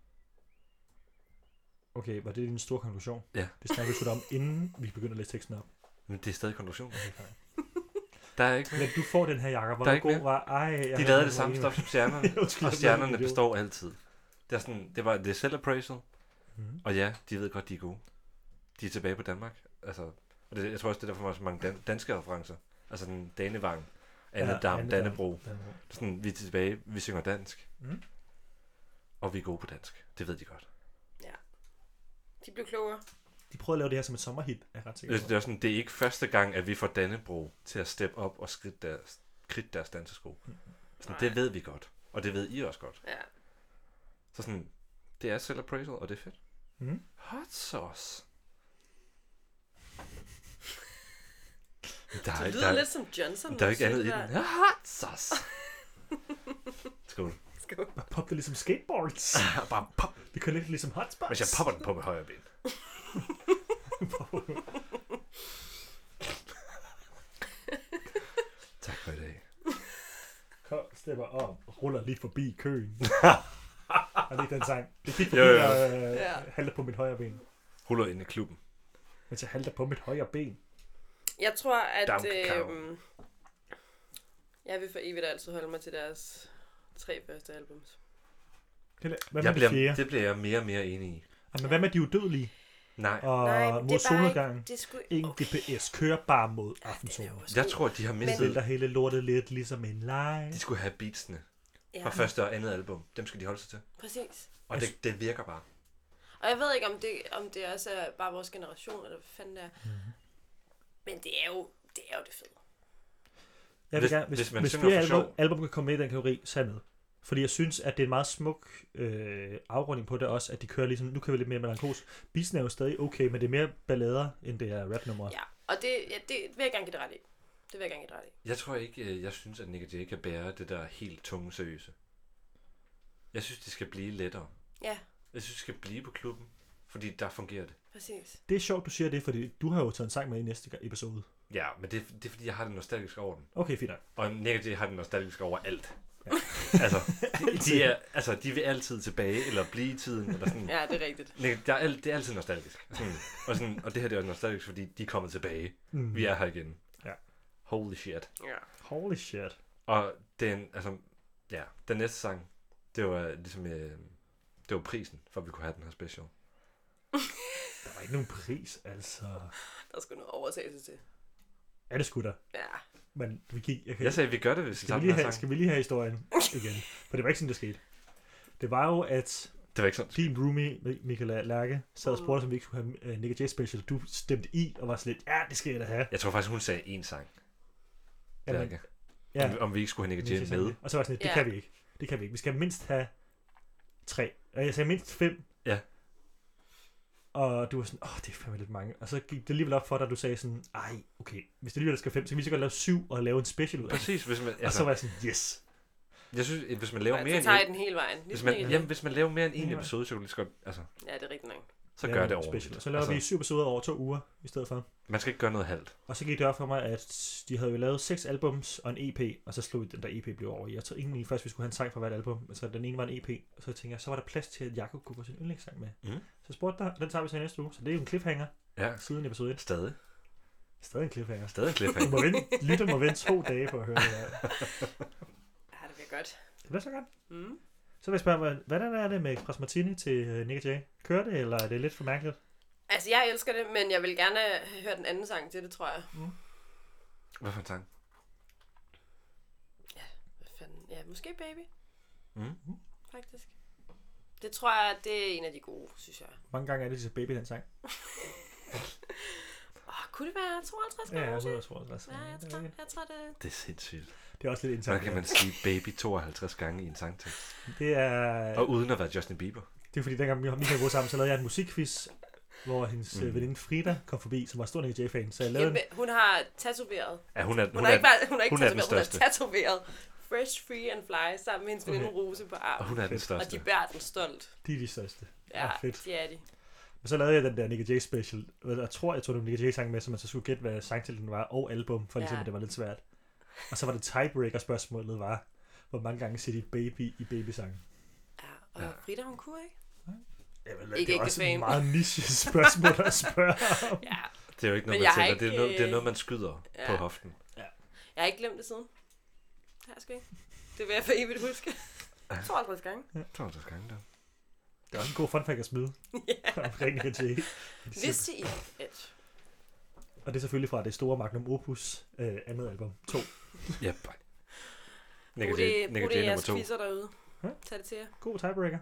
Okay, var det din store konklusion? Ja. Det snakker vi sgu da om, inden vi begynder at læse teksten op. Men det er stadig konklusionen. Okay, fint. Der er ikke Men du får den her, Jacob. Hvor Der er du ikke god mere. var. Ej, jeg De havde lavede den det samme var stof som stjernerne, Undskyld, og jeg stjernerne blev idiot. består altid. Det er sådan, det var det er self-appraisal, Mhm. og ja, de ved godt, de er gode. De er tilbage på Danmark. Altså, og det, jeg tror også, det er derfor, der er så mange dan- danske referencer. Altså den Danevang, Anne Ja, Dam, Anne Dannebro. Dam, Dannebro. Det er sådan, vi er tilbage, vi synger dansk, Mhm. og vi er gode på dansk. Det ved de godt. De blev klogere. De prøvede at lave det her som et sommerhit, er jeg ret sikker Det, på. det, er sådan, det er ikke første gang, at vi får Dannebro til at steppe op og skridt deres, kridt deres dansesko. Sådan, det ved vi godt, og det ved I også godt. Ja. Så sådan, det er self-appraisal, og det er fedt. Mhm. Hot sauce. Der Det er, lyder der, lidt som Johnson. der er ikke når andet du i siger den. det Hot sauce. Skål. der. Skål. Bare pop det ligesom skateboards. Bare pop. Vi kan lidt ligesom hotspots. Hvis jeg popper den på med højre ben. Tak for i dag. Kom, stepper op, ruller lige forbi køen. Er det ikke den sang? Det gik forbi, Jo, jo. og øh, Ja. halter på mit højre ben. Ruller ind i klubben. Mens jeg halter på mit højre ben. Jeg tror, at Down cow. øhm, jeg vil for evigt altid holde mig til deres tre første albums. Det er- Hvad med Jeg det bliver, fjerde? det bliver jeg mere og mere enig i. Men hvad med de udødelige? Nej, Og Nej, mod det er bare solnedgang? ikke... Det skulle... Ingen G P S. Kører bare mod Ja, aftensolen. den er jo jeg også tror, de har mistet... Vælter hele lortet lidt ligesom en leg. De skulle have beatsene Ja, fra første og andet album. Dem skal de holde sig til. præcis. Og det, det virker bare. Og jeg ved ikke, om det, om det også er bare vores generation, eller hvad fanden det er. Mhm. Men det er jo det, er jo det fede. Jeg vil Hvis- gerne, hvis, hvis hvis, man hvis synger flere for album, sjov. album kan komme med i den kategori, så er jeg med. Fordi jeg synes, at det er en meget smuk øh, afrunding på det også, at de kører ligesom, nu kan vi lidt mere melankolsk. Beatsen er jo stadig okay, men det er mere ballader, end det er rapnumre. Ja, og det, ja, det vil jeg gerne give det ret i. Det vil jeg gerne give det ret i. Jeg tror ikke, øh, jeg synes, at Nick og Jay kan bære det der helt tunge seriøse. Jeg synes, det skal blive lettere. Ja, Jeg synes, det skal blive på klubben, fordi der fungerer det. præcis. Det er sjovt, du siger det, fordi du har jo taget en sang med i næste episode. Ja, men det, det er fordi, jeg har det nostalgisk over den. Okay, fint nok. Og Nick og Jay har det nostalgisk over alt. Ja. altså, de er, altså, de vil altid tilbage, eller blive i tiden, eller sådan. Ja, det er rigtigt. Nick, der er, alt, det er altid nostalgisk. Sådan, og, sådan, og det her det er nostalgisk, fordi de er kommet tilbage. Mm. Vi er her igen. Ja. Holy shit. Ja. Holy shit. Og den, altså, ja, den næste sang, det var ligesom, øh, det var prisen, for at vi kunne have den her special. Der var ikke nogen pris, altså. Der er sgu noget overtagelse til. Er det sgu da? Ja. Men vi gik, jeg kan, Jeg sagde, at vi gør det, hvis vi skal, tager vi den lige her have, sang. skal vi lige have historien igen? For det var ikke sådan, det skete. Det var jo, at Det var ikke sådan. din roomie, Michael Lærke, sad og spurgte, om vi ikke skulle have uh, Nick og Jay special. Du stemte i, og var sådan lidt, ja, det skal jeg da have. Jeg tror faktisk, hun sagde én sang. Jamen, Lærke. ja, Om, om vi ikke skulle have Nick og Jay med. Og så var jeg sådan lidt, det Ja. kan vi ikke. Det kan vi ikke. Vi skal mindst have tre. Og jeg sagde mindst fem. Ja. Og du var sådan, åh, det er fandme lidt mange. Og så gik det alligevel op for dig, at du sagde sådan, ej, okay, hvis det alligevel skal fem, så kan vi så godt lave syv og lave en special ud af det. Præcis, hvis man, Og så altså, var jeg sådan, yes. jeg synes, at hvis man laver Og mere så end tager jeg en, den hele vejen. hvis Ligesom man, en. jamen, hvis man laver mere end en Ja. episode, så kan du lige så godt, altså, Ja, det er rigtigt nok. så Lave gør en det ordentligt. special. Og så laver altså, vi syv episoder over to uger i stedet for. Man skal ikke gøre noget halvt. Og så gik det op for mig, at de havde jo lavet seks albums og en E P, og så slog vi den der E P blev over i. Jeg tror egentlig først, vi skulle have en sang fra hvert album, så den ene var en E P, og så tænkte jeg, så var der plads til, at Jakob kunne få sin yndlingssang med. Mm. Så spurgte der, den tager vi så i næste uge, så det er jo en cliffhanger Ja, siden episode et. stadig. Stadig en cliffhanger. Stadig en Du cliffhanger. må vente, lytter må vente to dage for at høre det her. Ja, det bliver godt. Det bliver så godt. Mm. Så vil jeg spørge, hvad- hvordan er det med Express Martini til øh, Nick og Jay? Kører det, eller er det lidt for mærkeligt? Altså, jeg elsker det, men jeg vil gerne have hørt den anden sang til det, tror jeg. Hvad for en sang? Hvad ja, måske Baby. Mm. Faktisk. Det tror jeg, det er en af de gode, synes jeg. Mange gange er det, de siger Baby, den sang. Oh, kunne det være tooghalvtreds gange? Ja, måske? hundrede og tooghalvtreds. Ja, jeg tror, jeg tror det... Det er sindssygt. Det er også lidt Hvordan internt. kan man sige baby tooghalvtreds gange i en sangtekst? Det er... Og uden at være Justin Bieber. Det er fordi, dengang vi vi boede sammen, så lavede jeg en musikquiz, hvor hendes Mm. mm. veninde Frida kom forbi, som var stor Nick Jay-fan. Så jeg lavede en... Jamen, hun har tatoveret. Ja, hun er, hun Hun, er, har ikke bare, hun har ikke hun er den tatoveret, hun har største. tatoveret Fresh, Free and Fly sammen med hendes veninde Okay. Rose på og armen. hun er den Fedt. Og de største. bærer den stolt. De er de største. Ja, Ah, fedt. det er de. Og så lavede jeg den der Nick Jay special. Jeg tror, jeg tog den Nick Jay sang med, så man så skulle gætte, hvad sangtitlen var, og album, for ligesom, Ja. at det var lidt svært. Og så var det tiebreaker spørgsmålet var, hvor mange gange siger de baby i babysangen? Ja, og Ja. Frida, hun kunne ikke. Jamen, Ikke det er ægte også fan. et meget niche spørgsmål at spørge om. Ja, Det er jo ikke noget, Men man jeg har tænker. Det er, ikke, noget, det er øh, noget, man skyder ja. på hoften. jeg har ikke glemt det siden. Det har jeg sgu ikke. Det vil jeg for evigt huske. tooghalvtreds gange. tooghalvtreds gange der. Det er også en god fun fact at smide. Ja. Omkring Nick Jay. Vidste I, at... Og det er selvfølgelig fra det store Magnum Opus øh, andet album. To. Ja, bare. Brug Nick det, Jay brug Nick det Jay i nummer jeres to. quizzer derude. Ja. Tag det til jer. God tiebreaker.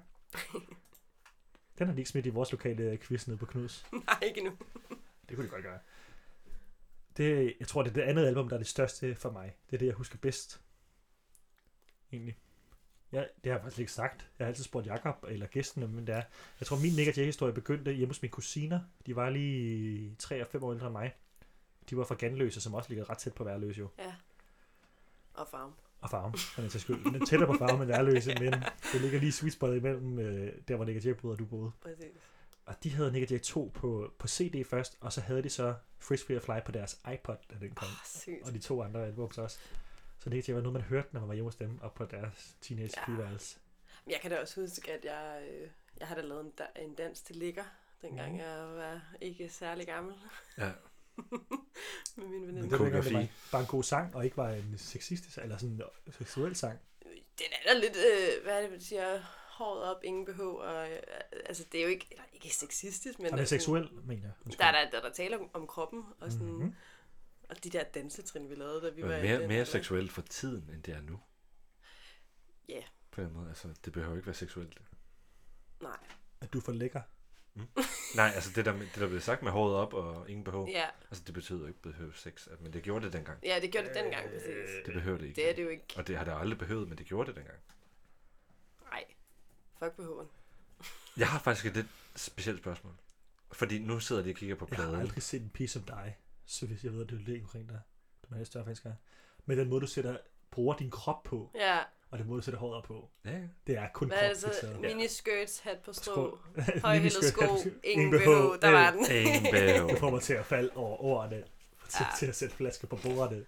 Den har de ikke smidt i vores lokale quiz nede på Knuds. Nej, ikke nu. Det kunne de godt gøre. Det, jeg tror, det er det andet album, der er det største for mig. Det er det, jeg husker bedst. Egentlig. Ja, det har jeg faktisk ikke sagt. Jeg har altid spurgt Jakob eller gæstene, men det er... Jeg tror, min Nick Jay-historie begyndte hjemme hos mine kusiner. De var lige tre og fem år ældre end mig. De var fra Ganløse, som også ligger ret tæt på Værløse jo. Ja. Og farm. Og Farum, for den til skyld. Den er tættere på Farum end Værløse, men det ligger lige sweet spot imellem øh, der, hvor Nick Jay boede, og du boede. Præcis. Og de havde Nick Jay to på, på C D først, og så havde de så Fresh Free Fly på deres iPod, da den kom. Åh, sygt. Og de to andre albums også. Så Nick Jay var noget, man hørte, når man var hjemme hos dem, og på deres teenage Ja. pigeværelse. Men jeg kan da også huske, at jeg, øh, jeg havde da lavet en, da- en dans til ligger, dengang Mhm. jeg var ikke særlig gammel. Ja. Med min Men veninde. det var dengang, det var Koreografi. bare en god sang, og ikke var en sexistisk, eller sådan en seksuel sang. Den er da lidt, øh, hvad er det, man siger, håret op, ingen B H, og øh, altså det er jo ikke, eller ikke sexistisk, men... Og den er altså, seksuel, mener jeg. Undskyld. Der er der, der, der taler om, om kroppen, og sådan, Mhm. og de der dansetrin, vi lavede, da vi Men var i mere, den mere alder. seksuelt for tiden, end det er nu. Ja. På den måde. Altså, det behøver ikke være seksuelt. Nej. At du er for lækker. Nej, altså det der, med- det der blev sagt med håret op og ingen behov. Ja. Altså det betyder ikke behøver sex, at- men det gjorde det dengang. Ja, det gjorde det dengang, præcis. Det behøver det ikke. Det er det jo ikke. Og det har det aldrig behøvet, men det gjorde det dengang. Nej. Fuck B H'en. Jeg har faktisk et lidt specielt spørgsmål. Fordi nu sidder de og kigger på Jeg har pladen. aldrig set en pige som dig, så hvis jeg ved, at det er lidt omkring dig. Du er en større fanskere. Men den måde, du sætter, bruger din krop på, Ja. og den måde, du sætter håret op på, Ja, ja. det er kun Hvad er det så? kropsfikseret. Miniskirts, hat på strå, Strå. højhældet sko, Miniskirt, ingen ingen B H, B H. der var den. Det Ingen behøver. får mig til at falde over ordene. Til, Ja. til at sætte flasker på bordene.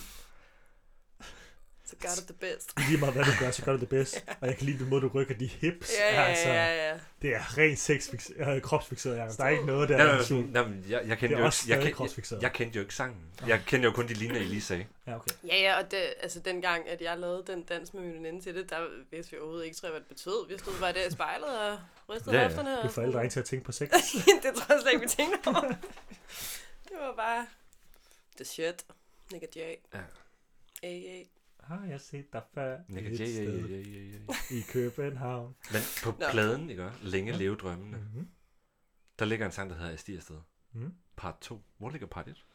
Så gør du det bedst. Lige meget hvad du gør, så gør du det bedst. Og jeg kan lide den måde, du rykker de hips. Ja, ja, altså, ja, ja. Det er rent sex øh, kropsfikseret, Jacob. Der er ikke noget der. Nej, der nej, er sådan, nej, men jeg, jeg kendte Det er jo også ikke, jeg, stadig kendte, kropsfikseret. jeg, jeg kendte jo ikke sangen. Jeg kendte jo kun de linjer, I lige sagde. Ja, okay. Ja, ja, og det, altså dengang, at jeg lavede den dans med min veninde til det, der vidste vi overhovedet ikke, tror jeg, hvad det betød. Vi stod bare der i spejlet og rystede Ja, ja. hofterne. Du og får alle sådan. drenge til at tænke på sex. Det tror jeg slet ikke, vi tænkte over. Det var bare the shit. Nick Jay. Ja. A A. Har jeg set dig før Nick et ja, ja, sted ja, ja, ja. i København? Men på Nå. pladen, ikke også? Længe leve drømmene. Mm-hmm. Der ligger en sang, der hedder Jeg stiger afsted. Mm. Part to. Hvor ligger part et?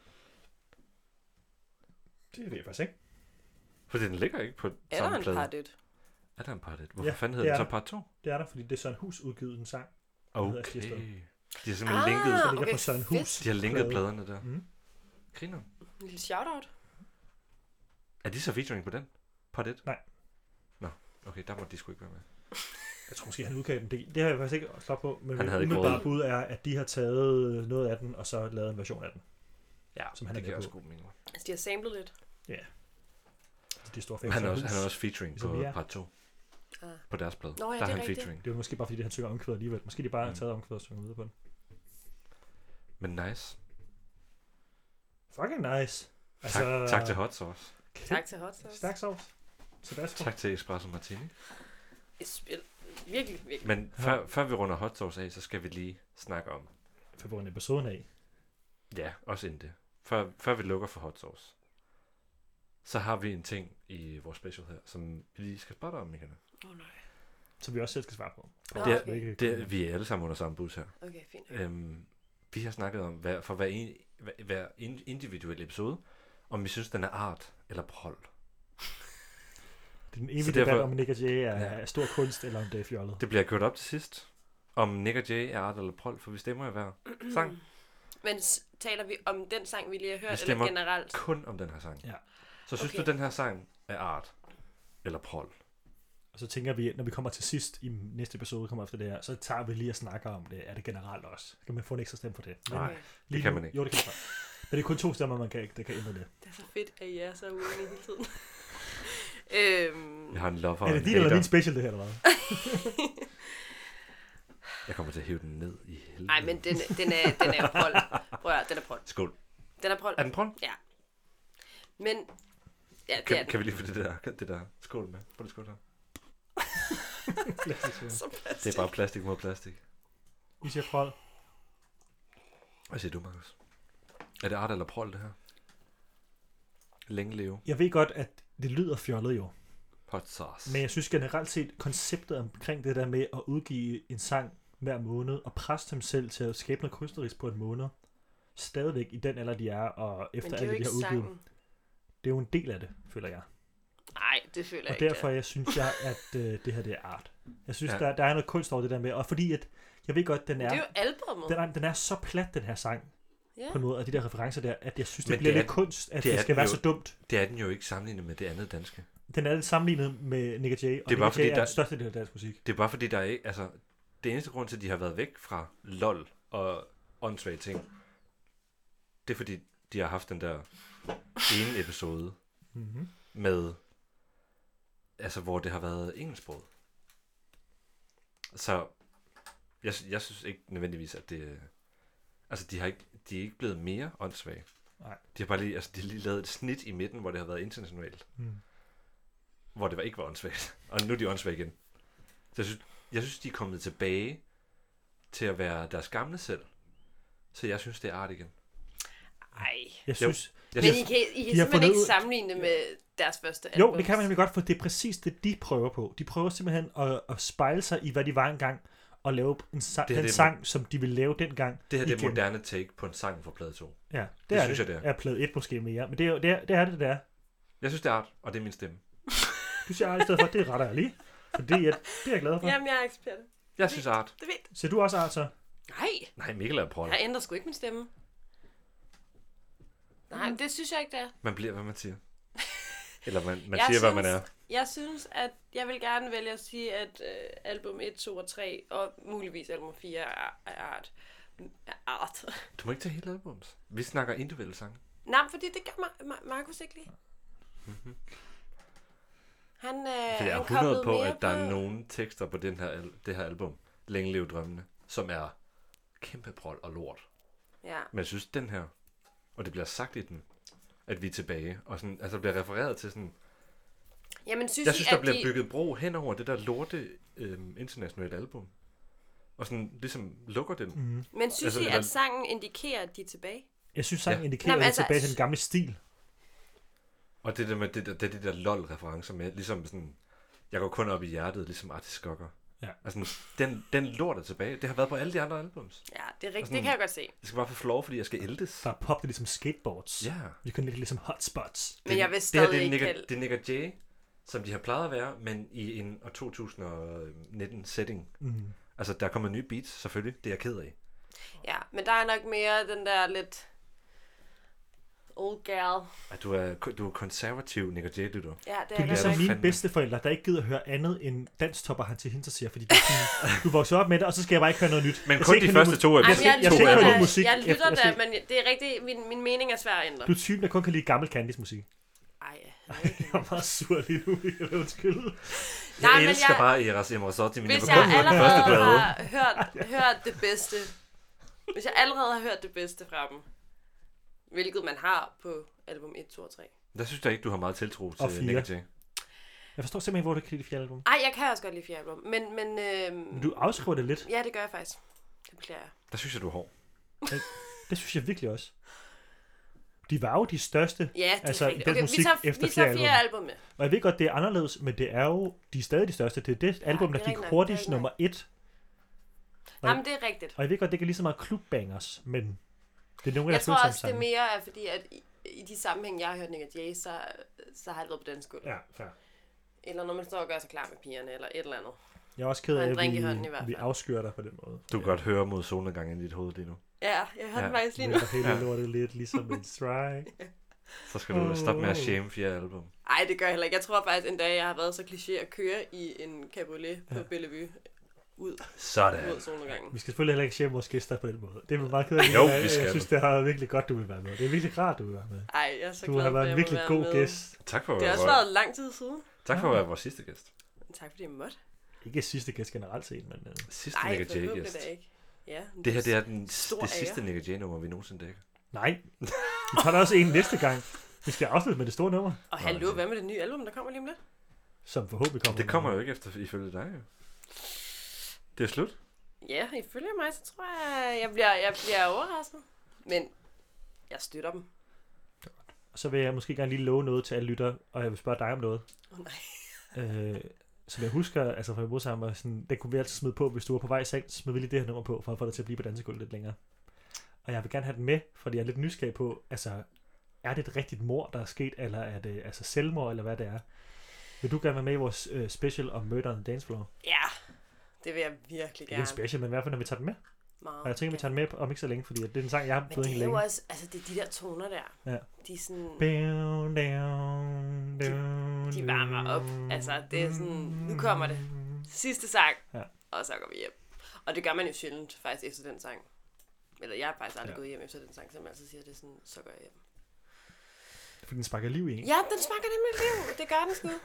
Det ved jeg faktisk ikke. Fordi den ligger ikke på Er der samme en plade. part et? Er der en part et? Hvorfor Ja, fanden det hedder den er så der. part to? Det er der, fordi det er Søren Hus udgivet en sang. hedder Jeg stiger Okay. afsted. De har simpelthen linket, Det ligger okay, på Søren fedt. Hus. de har linket plade. pladerne der. Mm. Griner. En lille shout-out. Er de så featuring på den? Part et? Nej. Nå, okay, der må de sgu ikke være med. Jeg tror måske, han udgav den. Det, det har jeg faktisk ikke slået på. Men Han mit havde ikke umiddelbare råd. bud er, at de har taget noget af den, og så lavet en version af den. Ja, Som han det er giver med også på. god mening. Altså, de har samlet lidt. De store Han er, også, han er også featuring Ligesom på vi er. part to. Ah. På deres plade. Nå ja, der er det er han rigtigt. featuring. Det er jo måske bare, fordi han synger omkvædet alligevel. Måske de bare har Mm. taget omkvædet og synger videre på den. Men nice. Fucking nice. Altså, Tak, tak til Hot Sauce. Tak til Hot Sauce. Stærk sovs. Tabasco. Tak til Espresso Martini. Et spil. Virkelig, virkelig. Men før, før vi runder Hot Sauce af, så skal vi lige snakke om. For hvor en episoden af. Ja, også inden det. Før, før vi lukker for Hot Sauce. så har vi en ting i vores special her, som vi lige skal spørge dig om, Michael. Åh oh, nej. Som vi også selv skal svare på. Nå, Det er, okay. det er, vi er alle sammen under samme bus her. Okay, fint. Øhm, vi har snakket om, hver, for hver, en, hver, hver individuel episode, om vi synes, den er art eller prol. Det er den evige Så debat, derfor- om Nick og Jay er, Ja. er stor kunst, eller om det er fjollet. Det bliver kørt op til sidst, om Nick og Jay er art eller prol, for vi stemmer i hver sang. Men s- taler vi om den sang, vi lige har hørt, Vi eller stemmer generelt? kun om den her sang. Ja. Så synes Okay. du, den her sang er art eller prol? Og så tænker vi, når vi kommer til sidst i næste episode, kommer efter det her, så tager vi lige og snakker om det. Er det generelt også? Kan man få en ekstra stemme for det? Men Nej, Okay. lige kan nu- man ikke. Jo, det kan man. Men det er kun to stemmer, man kan, der kan ændre det. Det er så fedt, at I er så uenige hele tiden. øhm, Jeg har en lover Er og det en din eller hater. min special, det her, eller hvad? Jeg kommer til at hive den ned i helvede. Nej, men den, den, er, den er jo prol. Prøv at høre, den er prol. Skål. Den er prol. Er den prol? Men, ja, det er Kan, den. kan vi lige få det der, det der skål med? Prøv det skål her. Så plastik. Det er bare plastik mod plastik. Vi siger prol. Hvad siger du, Markus? Er det art eller prol, det her? Længe leve. Jeg ved godt, at det lyder fjollet jo. Hot sauce. Men jeg synes generelt set, konceptet omkring det der med at udgive en sang hver måned, og presse dem selv til at skabe noget kunstnerisk på en måned, stadigvæk i den alder, de er, og efter Men det er alt jo det, de ikke har udgivet. sangen. Det er jo en del af det, føler jeg. Nej, det føler jeg Og ikke. derfor jeg synes jeg, at øh, det her det er art. Jeg synes, Ja. ja. der, der er noget kunst over det der med, og fordi at, jeg ved godt, den det er, er jo albumet. den er, den er så plat, den her sang, Ja. på noget af de der referencer der, at jeg synes, det Men bliver det er- lidt kunst, at det det, er skal den være jo- så dumt. Det er den jo ikke sammenlignet med det andet danske. Den er lidt sammenlignet med Nick og Jay, og Det er Nick bare og fordi, Jay er der- den største del af dansk musik. Det er bare fordi, der er ikke... Altså, det eneste grund til, at de har været væk fra LOL og åndssvage ting, det er fordi, de har haft den der ene episode Mm-hmm. med... Altså, hvor det har været engelsksproget. Så jeg, jeg synes ikke nødvendigvis, at det... Altså, de, har ikke, de er ikke blevet mere åndssvage. Nej. De har bare lige, altså, de har lige lavet et snit i midten, hvor det har været internationalt. Mm. Hvor det var ikke var åndssvagt. Og nu er de åndssvage igen. Så jeg synes, jeg synes, de er kommet tilbage til at være deres gamle selv. Så jeg synes, det er art igen. Ej. Jeg synes, Jeg Men synes, I kan, I kan de har simpelthen fundet ikke ud- sammenligne det med deres første album. jo, det kan man nemlig godt, for det er præcis det, de prøver på. De prøver simpelthen at, at spejle sig i, hvad de var engang, og lave en sang, Det her, den det er- sang, som de ville lave dengang. det her det er igen. moderne take på en sang fra plade to. Ja, det, Det er synes det. jeg, det er. er plade et måske mere, men det er, jo- det er, det er det, det er. Jeg synes, det er art, og det er min stemme. Du siger art i stedet for, det er ret ærligt. Så det, er, det er jeg glad for. Jamen, jeg accepterer det. Jeg synes art. Det ved Ser du også art så? Nej, Nej, Mikkel er prøv. jeg ændrer sgu ikke min stemme. Nej, men det synes jeg ikke, det er. Man bliver, hvad man siger. Eller man, man Jeg siger, hvad man synes- er. Jeg synes, at jeg vil gerne vælge at sige, at øh, album et, to og tre, og muligvis album fire er, er art. Er art. Du må ikke tage hele albums. Vi snakker individuelle sange. Nej, fordi det gør Mar- Mar- Markus ikke lige. Han, øh, For jeg han er hundrede koblede på, mere at der er nogle tekster på den her, al- det her album, Længe leve drømmene, som er kæmpe prol og lort. Ja. Men jeg synes, den her, og det bliver sagt i den, at vi er tilbage, og sådan, altså bliver refereret til sådan, Jamen, synes jeg I, synes, der at bliver de... bygget bro hen over det der lorte øh, internationale album. Og sådan ligesom lukker den. Mm. Men synes Altså, I, eller- at sangen indikerer, at de er tilbage? Jeg synes, sangen Ja. indikerer, Nå, at men det er altså- tilbage til den gamle stil. Og det der med det der, det, det der lol-referencer med, ligesom sådan, jeg går kun op i hjertet, ligesom Artis Skokker. Ja. Altså, den, den lort er tilbage. Det har været på alle de andre albums. Ja, det er rigtigt. sådan- Det kan jeg godt se. Jeg skal bare få floor, fordi jeg skal ældes. Der er pop, det er ligesom skateboards. Ja. Vi kan ligge ligesom hotspots. Men jeg vil det her, stadig det er ikke Nick, kalde... det er Nick og Jay, som de har plejet at være, men i en år to tusind nitten setting. Mm. Altså, der kommer nye beats, selvfølgelig. Det er jeg ked af. Ja, men der er nok mere den der lidt... Old gal. At du er, du er konservativ, Nick og Jay-lytter. Ja, det Du er er jeg ligesom godt. fandme. mine bedsteforældre, der ikke gider at høre andet end danstopper han til hende, siger, fordi det er sådan, du vokser op med det, og så skal jeg bare ikke høre noget nyt. Men Jeg kun skal de ikke høre første noget to Ej, episoder. men jeg, jeg lytter skal ikke høre da- ny musik. jeg Jeg- lytter jeg da, skal- men det er rigtigt, min, min mening er svær at ændre. Du er typen, der kun kan lide gammel Candice-musik. Ej, Jeg er meget sur lige nu, jeg vil undskylde. Nej, Jeg men elsker jeg- bare Eras Emrazotti, men jeg hvis vil jeg kun høre den første allerede plade. har hørt, hørt det bedste, hvis jeg allerede har hørt det bedste fra dem, hvilket man har på album et, to og tre. Der synes jeg ikke, du har meget tiltro Og til fire. Nick og Jay. Jeg forstår simpelthen ikke, hvor du kan lide det fjerde album. Ej, jeg kan også godt lide fjerde album, men... men, øhm, Men du afskriver det lidt. Ja, det gør jeg faktisk. Det beklager jeg. Der synes jeg, du er hård. Det synes jeg virkelig også. de var jo de største. Ja, det er altså, rigtigt. den Okay, musik vi tager, efter vi tager flere fire album. album med. Og jeg ved godt, det er anderledes, men det er jo, de er stadig de største. Det er det Ja, album, det der er gik rigtigt nok, hurtigst det er nummer et. Og, Jamen, det er rigtigt. og jeg ved godt, det ikke er lige så meget klubbangers, men det er nogle af Jeg der tror følsomme også, det er sange. mere er fordi, at i, i de sammenhæng, jeg har hørt Nick og Jay, så, så har det været på dansk gulv. Ja, fair. Eller når man står og gør sig klar med pigerne, eller et eller andet. Jeg er også ked Og af, en at drink i hånden i vi, hvert vi fald. afskyer dig på den måde. Du kan godt høre mod solnedgangen i dit hoved lige nu. Ja, jeg har Ja. den faktisk lige nu. Det hele Ja. lortet lidt ligesom en strike. Så skal du stoppe med at shame fire album. Ej, det gør jeg heller ikke. Jeg tror faktisk en dag, jeg har været så kliché at køre i en cabriolet på Ja. Bellevue ud Sådan. mod solnedgangen. Vi skal selvfølgelig heller ikke shame vores gæster på den måde. Det er meget kedeligt. Jo, Jeg- vi skal. Jeg synes, det har været virkelig godt, du vil være med. Det er virkelig rart, du vil være med. Ej, jeg er så Du glad har for, at været jeg en må virkelig være god med. gæst. Tak for at Det har være, også været lang tid siden. tak for at være vores sidste gæst. Tak fordi jeg måtte. Ikke sidste gæst generelt set, men... Uh, Sidste Nej, Nick og Jay forhåbentlig gæst. da ikke. Ja, Det her, det er den, Stor det ære. sidste Nick og Jay nummer, vi nogensinde dækker. nej. Vi tager da også en næste gang. Vi skal afslutte med det store nummer, Og hallo, hvad med det nye album, der kommer lige om lidt? som forhåbentlig kommer. Det kommer jo ikke efter, ifølge dig, jo. Det er slut. Ja, ifølge mig, så tror jeg, jeg bliver, jeg bliver overrasket. Men jeg støtter dem. Så vil jeg måske gerne lige love noget til alle lyttere, og jeg vil spørge dig om noget. Åh oh, nej. Øh, som jeg husker, altså fra Mosa var sådan, det kunne vi altid smide på, hvis du var på vej i seng, så smed vi lige det her nummer på, for at få dig til at blive på dansegulvet lidt længere. Og jeg vil gerne have den med, fordi jeg er lidt nysgerrig på, altså, er det et rigtigt mord, der er sket, eller er det altså selvmord, eller hvad det er? Vil du gerne være med i vores øh, special om Murder on the Dance Floor? Ja, det vil jeg virkelig Ikke gerne. en special, men i hvert fald, når vi tager den med. Meget Og jeg tænker, vi tager den med om ikke så længe, fordi det er en sang, jeg har Men fået det hende er jo længe. også, altså det er de der toner der. Ja. De er sådan, Down, down, down, de varmer op. Altså, det er sådan, nu kommer det. Sidste sang, Ja. og så går vi hjem. Og det gør man jo sjældent faktisk efter den sang. Eller jeg har faktisk aldrig Ja. gået hjem efter den sang, som jeg altid siger, det er sådan, så går jeg hjem. Fordi den sparker liv i en. Ja, den smager nemlig liv. Det gør den sgu.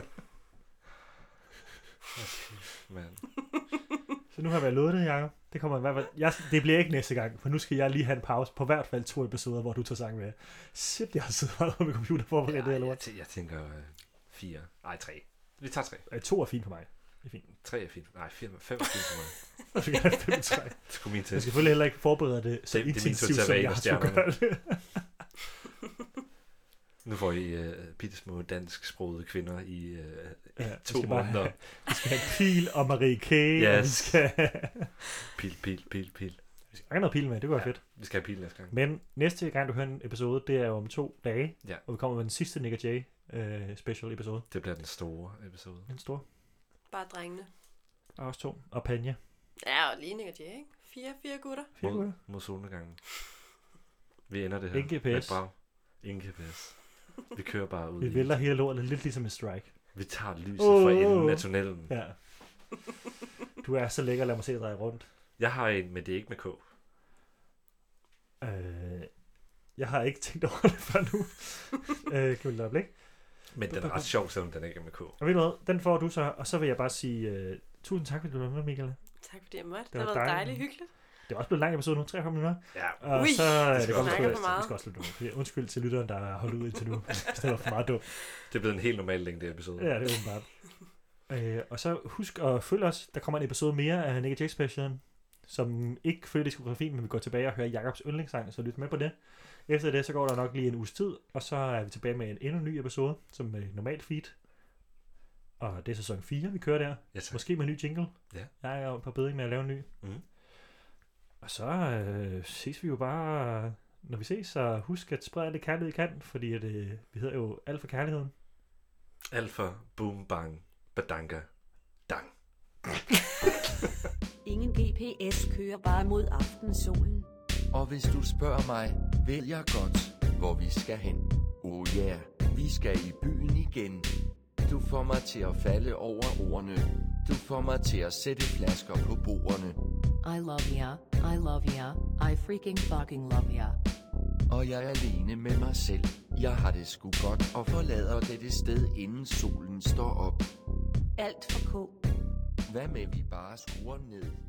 Man. Så nu har jeg lovet det, Jacob. Det kommer i hvert fald. Jeg, det bliver ikke næste gang, for nu skal jeg lige have en pause på hvert fald to episoder, hvor du tager sang med. Shit, jeg har siddet meget med computer for at forberede det her Ja, jeg, lort. tæ- jeg tænker øh, fire. Nej, tre. Vi tager tre. Øh, To er fint for mig. Det er fint. Tre er fint. Nej, fire, fem er fint for mig. Jeg skal have fem tre. Det skulle min Jeg til. skal selvfølgelig heller ikke forberede det så Det- det er min tur intensivt, til at som være en jeg af har skulle gøre det. Nu får I uh, bitte små dansksprogede kvinger i uh, Ja, vi to skal bare måneder. have, vi skal have Pil og Marie K. Yes. Og vi Yes. skal, Pil, pil, pil, pil. vi skal have noget Pil med, det kunne være Ja. fedt. Vi skal have pil næste gang. Men næste gang, du hører en episode, det er jo om to dage. Ja. Og vi kommer med den sidste Nick og Jay uh, special episode. Det bliver den store episode. Den store. Bare drengene. Og også to. Og Panja. Ja, og lige Nick og Jay, ikke? Fire, fire gutter. Fire Mod, gutter. mod solnedgangen. Vi ender det her. Ingen G P S. med et brag. Ingen G P S. Vi kører bare ud. Vi i- vælter hele lortet lidt ligesom en strike. Vi tager lyset Åh. fra enden af tunnelen. Ja. Du er så lækker, lad mig se dig dreje rundt. Jeg har en, men det er ikke med K. Øh, jeg har ikke tænkt over det før nu. øh, kan vi lade blik? Men den er ret sjov, selvom den ikke er med K. Og ved du hvad, den får du så, og så vil jeg bare sige uh, tusind tak, fordi du var med, Michael. Tak fordi jeg måtte. Det, Det har var været dejligt. dejligt hyggeligt. Det er også blevet en lang episode nu, treogfyrre minutter. Ja, Og Ui, så er det det skal godt, også at snakke vi for skal, meget. vi skal også slutte nu. Undskyld til lytteren, der har holdt ud indtil nu. Det var for meget dumt. det er blevet en helt normal længde episode. Ja, det er åbenbart. øh, og så husk at følge os. Der kommer en episode mere af Nick og Jay specialen, som ikke følger diskografien, men vi går tilbage og hører Jacobs yndlingssang, så lyt med på det. Efter det, så går der nok lige en uges tid, og så er vi tilbage med en endnu ny episode, som er normalt feed. Og det er sæson fire, vi kører der. Ja, tak. Måske med en ny jingle. Ja. Jeg er jo på bedring med at lave en ny. Mhm. Og så øh, ses vi jo bare, når vi ses, så husk at sprede det kærlighed I kan, fordi at, øh, vi hedder jo Alt for Kærligheden. Alfa, boom, bang, badanka, dang. Ingen G P S kører bare mod aftensolen. Og hvis du spørger mig, ved jeg godt, hvor vi skal hen. Oh ja, yeah, vi skal i byen igen. Du får mig til at falde over ordene. Du får mig til at sætte flasker på bordene. I love ya, I love ya, I freaking fucking love ya. Og jeg er alene med mig selv. Jeg har det sgu godt og forlader dette sted, inden solen står op. Alt for K. Hvad med vi bare skruer ned?